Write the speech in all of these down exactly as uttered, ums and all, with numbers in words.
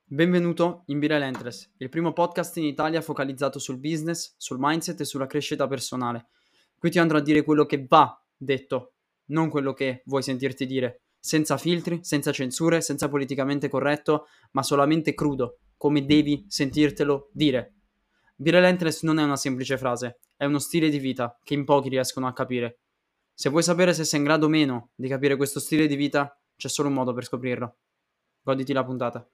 Benvenuto in Be Relentless, il primo podcast in Italia focalizzato sul business, sul mindset e sulla crescita personale. Qui ti andrò a dire quello che va detto, non quello che vuoi sentirti dire, senza filtri, senza censure, senza politicamente corretto, ma solamente crudo, come devi sentirtelo dire. Be Relentless non è una semplice frase, è uno stile di vita che in pochi riescono a capire. Se vuoi sapere se sei in grado o meno di capire questo stile di vita, c'è solo un modo per scoprirlo. Goditi la puntata.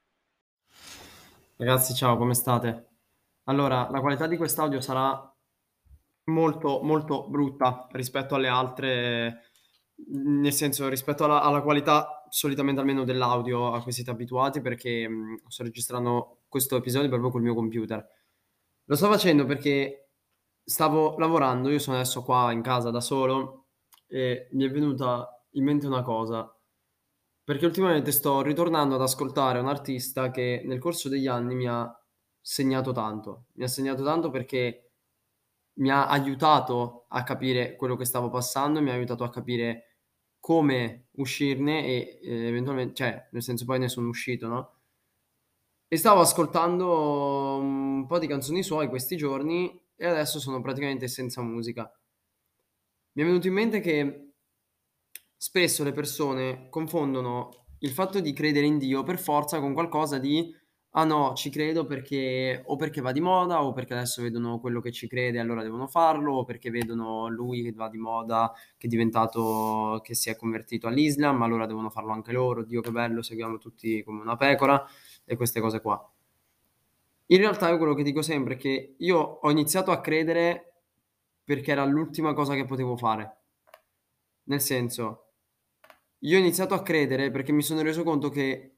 Ragazzi, ciao, come state? Allora, la qualità di quest'audio sarà molto, molto brutta rispetto alle altre, mhmm, nel senso rispetto alla alla qualità solitamente almeno dell'audio a cui siete abituati, perché, mhmm, sto registrando questo episodio proprio col mio computer. Lo sto facendo perché stavo lavorando, io sono adesso qua in casa da solo e mi è venuta in mente una cosa, perché ultimamente sto ritornando ad ascoltare un artista che nel corso degli anni mi ha segnato tanto. Mi ha segnato tanto perché mi ha aiutato a capire quello che stavo passando, mi ha aiutato a capire come uscirne e, ehm, eventualmen cioè, nel senso poi ne sono uscito, no, e stavo ascoltando un po' di canzoni suoi questi giorni e adesso sono praticamente senza musica. Mi è venuto in mente che spesso le persone confondono il fatto di credere in Dio per forza con qualcosa di: "Ah no, ci credo perché o perché va di moda, o perché adesso vedono quello che ci crede e allora devono farlo, o perché vedono lui che va di moda, che è diventato che si è convertito all'Islam, allora devono farlo anche loro. Dio che bello, seguiamo tutti come una pecora", e queste cose qua. In realtà io quello che dico sempre è che io ho iniziato a credere perché era l'ultima cosa che potevo fare. Nel senso, io ho iniziato a credere perché mi sono reso conto che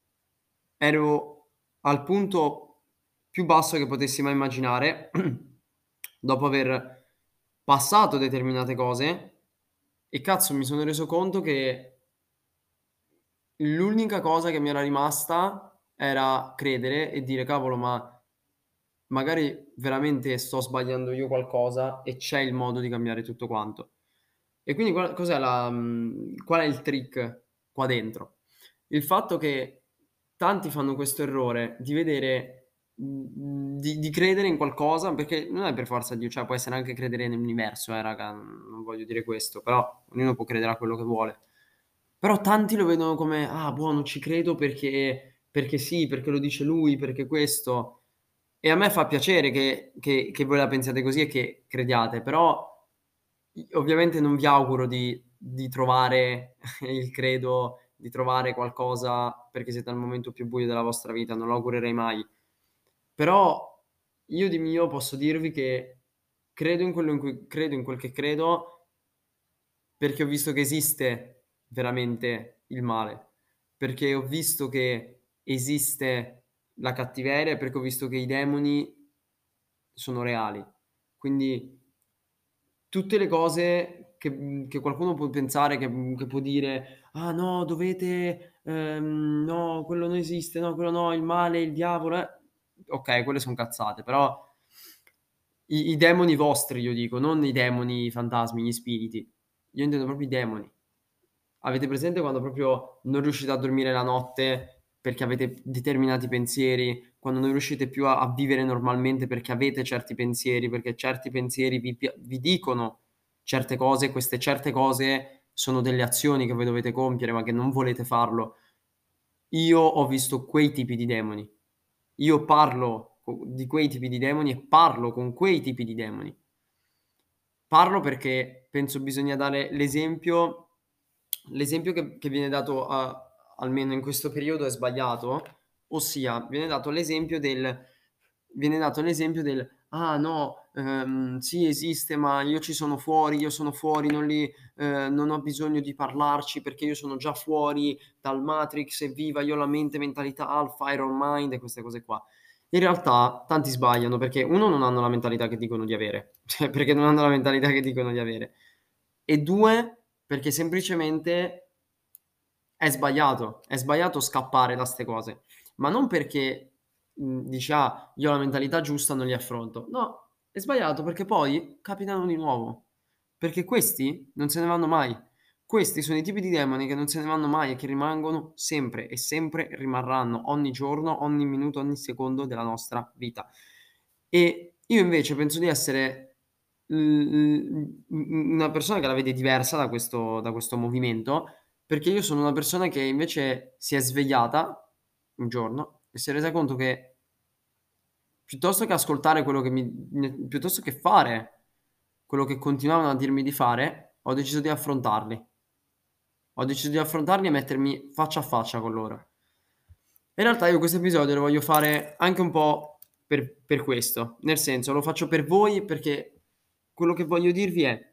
ero al punto più basso che potessi mai immaginare, dopo aver passato determinate cose e cazzo mi sono reso conto che l'unica cosa che mi era rimasta era credere e dire: "Cavolo, ma magari veramente sto sbagliando io qualcosa e c'è il modo di cambiare tutto quanto". E quindi qual cos'è la mhmm, qual è il trick qua dentro? Il fatto che tanti fanno questo errore di vedere mhmm, di di credere in qualcosa, perché non è per forza Dio, cioè può essere anche credere nell'universo, eh raga, non voglio dire questo, però ognuno può credere a quello che vuole. Però tanti lo vedono come: "Ah, boh, non ci credo perché perché sì, perché lo dice lui, perché questo". E a me fa piacere che che che voi la pensiate così e che crediate, però i ovviamente non vi auguro di di trovare il credo, di trovare qualcosa perché siete al momento più buio della vostra vita, non lo augurerei mai. Però io di mio posso dirvi che credo in quello in cui credo in quel che credo perché ho visto che esiste veramente il male, perché ho visto che esiste la cattiveria e perché ho visto che i demoni sono reali. Quindi tutte le cose che mhmm, che qualcuno può pensare, che mhmm, che può dire: "Ah no, dovete ehm, no, quello non esiste, no, quello no, il male, il diavolo, eh". Okay, quelle son cazzate, però i i demoni vostri io dico, non i demoni, i fantasmi, gli spiriti. Io intendo proprio i demoni. Avete presente quando proprio non riuscite a dormire la notte perché avete determinati pensieri, quando non riuscite più a a vivere normalmente perché avete certi pensieri, perché certi pensieri vi pia vi dicono certe cose e queste certe cose sono delle azioni che voi dovete compiere, ma che non volete farlo. Io ho visto quei tipi di demoni. Io parlo co di quei tipi di demoni e parlo con quei tipi di demoni. Parlo perché penso bisogna dare l'esempio l'esempio che che viene dato a almeno in questo periodo è sbagliato, ossia viene dato l'esempio del viene dato l'esempio del: "Ah no, ehm, sì esiste, ma io ci sono fuori, io sono fuori, non li ehm, non ho bisogno di parlarci perché io sono già fuori dal Matrix, evviva, io ho la mente, mentalità alfa, Iron Mind", e queste cose qua. In realtà tanti sbagliano perché uno non hanno la mentalità che dicono di avere, cioè perché non hanno la mentalità che dicono di avere, e due perché semplicemente è sbagliato, è sbagliato scappare da 'ste cose, ma non perché, mhmm, dici: "Ah, io ho la mentalità giusta, non li affronto". No, è sbagliato perché poi capitano di nuovo, perché questi non se ne vanno mai. Questi sono i tipi di demoni che non se ne vanno mai e che rimangono sempre e sempre rimarranno ogni giorno, ogni minuto, ogni secondo della nostra vita. E io invece penso di essere l l u una persona che la vede diversa da questo da questo movimento, perché io sono una persona che invece si è svegliata un giorno e si è resa conto che piuttosto che ascoltare quello che mi ne piuttosto che fare quello che continuavano a dirmi di fare, ho deciso di affrontarli. Ho deciso di affrontarli e mettermi faccia a faccia con loro. In realtà io questo episodio lo voglio fare anche un po' per per questo, nel senso lo faccio per voi perché quello che voglio dirvi è: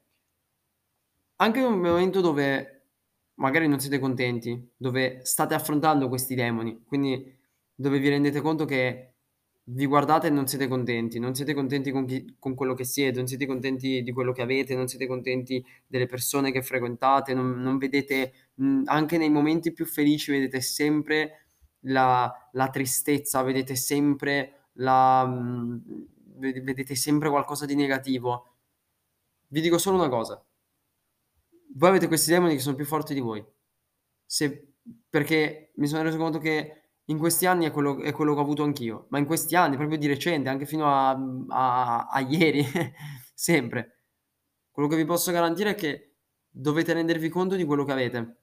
anche in un momento dove magari non siete contenti, dove state affrontando questi demoni, quindi dove vi rendete conto che vi guardate e non siete contenti, non siete contenti con chi con quello che siete, non siete contenti di quello che avete, non siete contenti delle persone che frequentate, non non vedete mhmm, anche nei momenti più felici vedete sempre la la tristezza, vedete sempre la mhmm, vede vedete sempre qualcosa di negativo. Vi dico solo una cosa: voi avete questi demoni che sono più forti di voi. Se perché mi sono reso conto che in questi anni è quello è quello che ho avuto anch'io, ma in questi anni, proprio di recente, anche fino a mhmm, a a ieri, sempre. Quello che vi posso garantire è che dovete rendervi conto di quello che avete,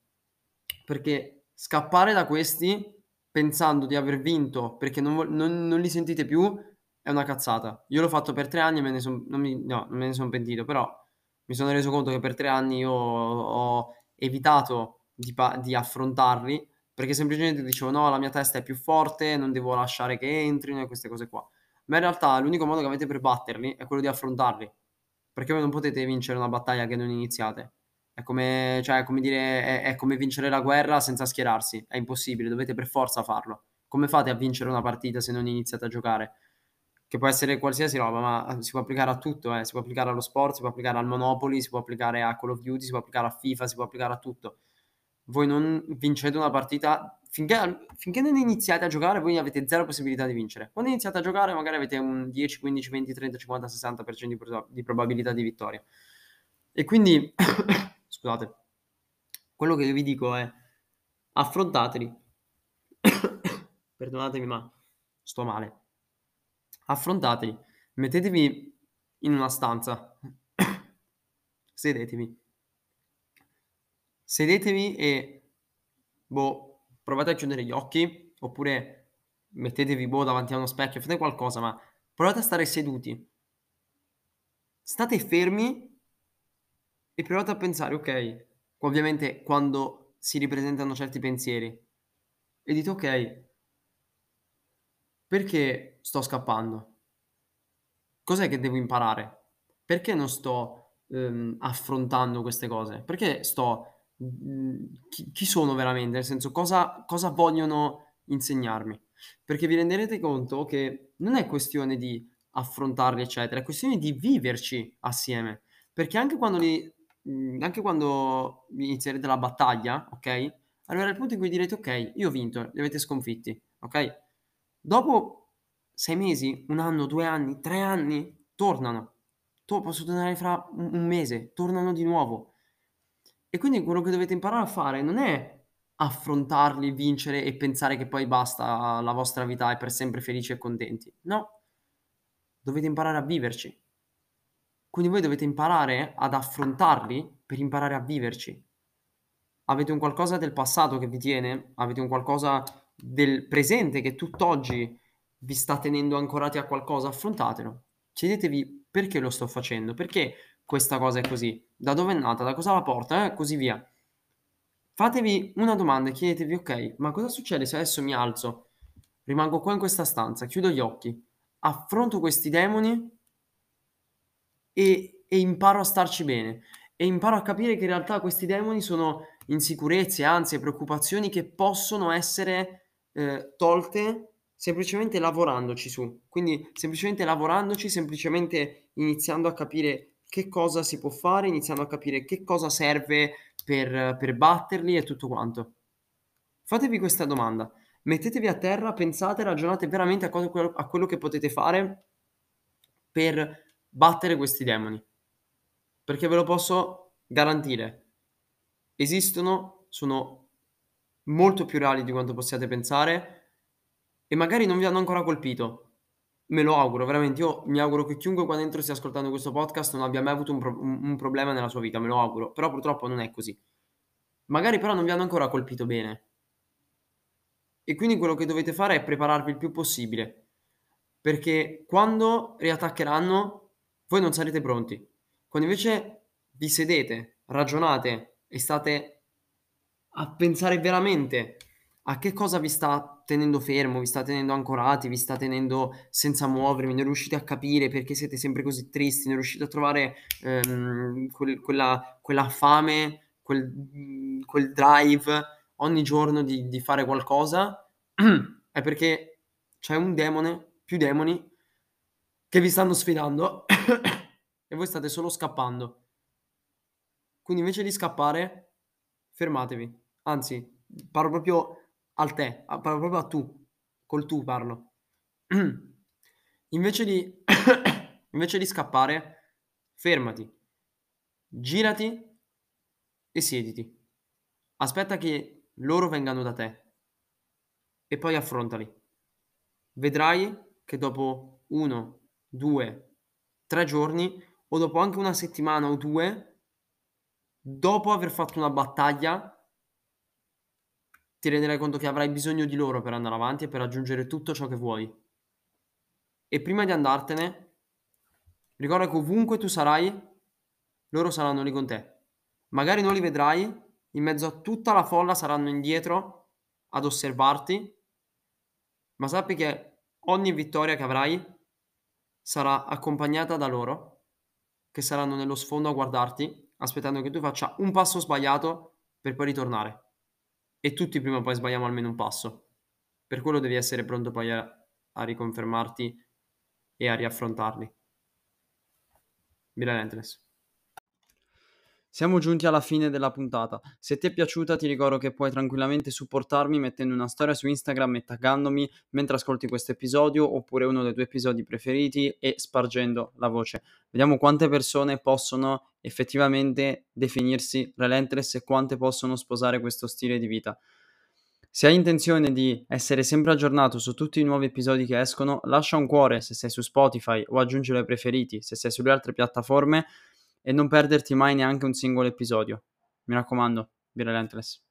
perché scappare da questi pensando di aver vinto perché non vo non non li sentite più è una cazzata. Io l'ho fatto per tre anni e me ne son non mi no, non me ne son pentito, però mi sono reso conto che per tre anni io ho evitato di pa di affrontarli, perché semplicemente dicevo: "No, la mia testa è più forte, non devo lasciare che entrino", e queste cose qua. Ma in realtà l'unico modo che avete per batterli è quello di affrontarli, perché voi non potete vincere una battaglia che non iniziate. È come cioè, è come dire è è come vincere la guerra senza schierarsi, è impossibile, dovete per forza farlo. Come fate a vincere una partita se non iniziate a giocare? Che può essere qualsiasi roba, ma, uhm, si può applicare a tutto, eh, si può applicare allo sport, si può applicare al Monopoly, si può applicare a Call of Duty, si può applicare a FIFA, si può applicare a tutto. Voi non vincete una partita finché al finché non iniziate a giocare voi avete zero possibilità di vincere. Quando iniziate a giocare magari avete un dieci, quindici, venti, trenta, cinquanta, sessanta per cento di proba di probabilità di vittoria. E quindi scusate, quello che io vi dico è: affrontateli. Perdonatemi ma sto male. Affrontateli, mettetevi in una stanza, sedetevi. Sedetevi e, boh, provate a chiudere gli occhi, oppure mettetevi, boh, davanti a uno specchio, fate qualcosa, ma provate a stare seduti. State fermi e provate a pensare, okay, ovviamente quando si ripresentano certi pensieri e dite: "Okay, perché sto scappando? Cos'è che devo imparare? Perché non sto, uhm, affrontando queste cose? Perché sto mhmm, chi chi sono veramente? Nel senso, cosa cosa vogliono insegnarmi?" Perché vi renderete conto che non è questione di affrontarli, eccetera, è questione di viverci assieme. Perché anche quando li mhmm, anche quando inizierete la battaglia, okay, arriverà il punto in cui direte: "Okay, io ho vinto, li avete sconfitti." Okay? Dopo sei mesi, un anno, due anni, tre anni, tornano. To possono tornare fra un un mese, tornano di nuovo. E quindi quello che dovete imparare a fare non è affrontarli, vincere e pensare che poi basta, la vostra vita è per sempre felici e contenti. No, dovete imparare a viverci. Quindi voi dovete imparare ad affrontarli per imparare a viverci. Avete un qualcosa del passato che vi tiene? Avete un qualcosa del presente che tutt'oggi vi sta tenendo ancorati a qualcosa? Affrontatelo. Chiedetevi: "Perché lo sto facendo? Perché questa cosa è così? Da dove è nata? Da cosa la porta?" E così via. Fatevi una domanda e chiedetevi: "Okay, ma cosa succede se adesso mi alzo, rimango qua in questa stanza, chiudo gli occhi, affronto questi demoni e e imparo a starci bene, e imparo a capire che in realtà questi demoni sono insicurezze, ansie, preoccupazioni che possono essere, ehm, tolte semplicemente lavorandoci su. Quindi semplicemente lavorandoci, semplicemente iniziando a capire che cosa si può fare, iniziando a capire che cosa serve per per batterli e tutto quanto. Fatevi questa domanda, mettetevi a terra, pensate, ragionate veramente a cosa quello a quello che potete fare per battere questi demoni. Perché ve lo posso garantire, esistono, sono molto più reali di quanto possiate pensare e magari non vi hanno ancora colpito. Me lo auguro, veramente. Io mi auguro che chiunque qua dentro stia ascoltando questo podcast non abbia mai avuto un, pro- un- un problema nella sua vita, me lo auguro. Però purtroppo non è così. Magari però non vi hanno ancora colpito bene. E quindi quello che dovete fare è prepararvi il più possibile. Perché quando riattaccheranno, voi non sarete pronti. Quando invece vi sedete, ragionate e state a pensare veramente a che cosa vi sta tenendo fermo, vi sta tenendo ancorati, vi sta tenendo senza muovervi, non riuscite a capire perché siete sempre così tristi, non riuscite a trovare ehm, quel- quella, quella fame, quel, mm, quel drive ogni giorno di, di fare qualcosa, è perché c'è un demone, più demoni, che vi stanno sfidando e voi state solo scappando. Quindi invece di scappare, fermatevi. Anzi, parlo proprio al te, a- parlo proprio a tu, col tu parlo. Invece di, invece di scappare, fermati, girati e siediti. Aspetta che loro vengano da te e poi affrontali. Vedrai che dopo uno, due, tre giorni o dopo anche una settimana o due, dopo aver fatto una battaglia, ti renderai conto che avrai bisogno di loro per andare avanti e per raggiungere tutto ciò che vuoi. E prima di andartene, ricorda che ovunque tu sarai, loro saranno lì con te. Magari non li vedrai, in mezzo a tutta la folla saranno indietro ad osservarti, ma sappi che ogni vittoria che avrai sarà accompagnata da loro, che saranno nello sfondo a guardarti, aspettando che tu faccia un passo sbagliato per poi ritornare. E tutti prima o poi sbagliamo almeno un passo. Per quello devi essere pronto poi a, a riconfermarti e a riaffrontarli. Relentless. Siamo giunti alla fine della puntata. Se ti è piaciuta ti ricordo che puoi tranquillamente supportarmi mettendo una storia su Instagram e taggandomi mentre ascolti questo episodio oppure uno dei tuoi episodi preferiti e spargendo la voce. Vediamo quante persone possono effettivamente definirsi relentless e quante possono sposare questo stile di vita. Se hai intenzione di essere sempre aggiornato su tutti i nuovi episodi che escono, lascia un cuore se sei su Spotify o aggiungilo ai preferiti se sei sulle altre piattaforme e non perderti mai neanche un singolo episodio. Mi raccomando, be relentless.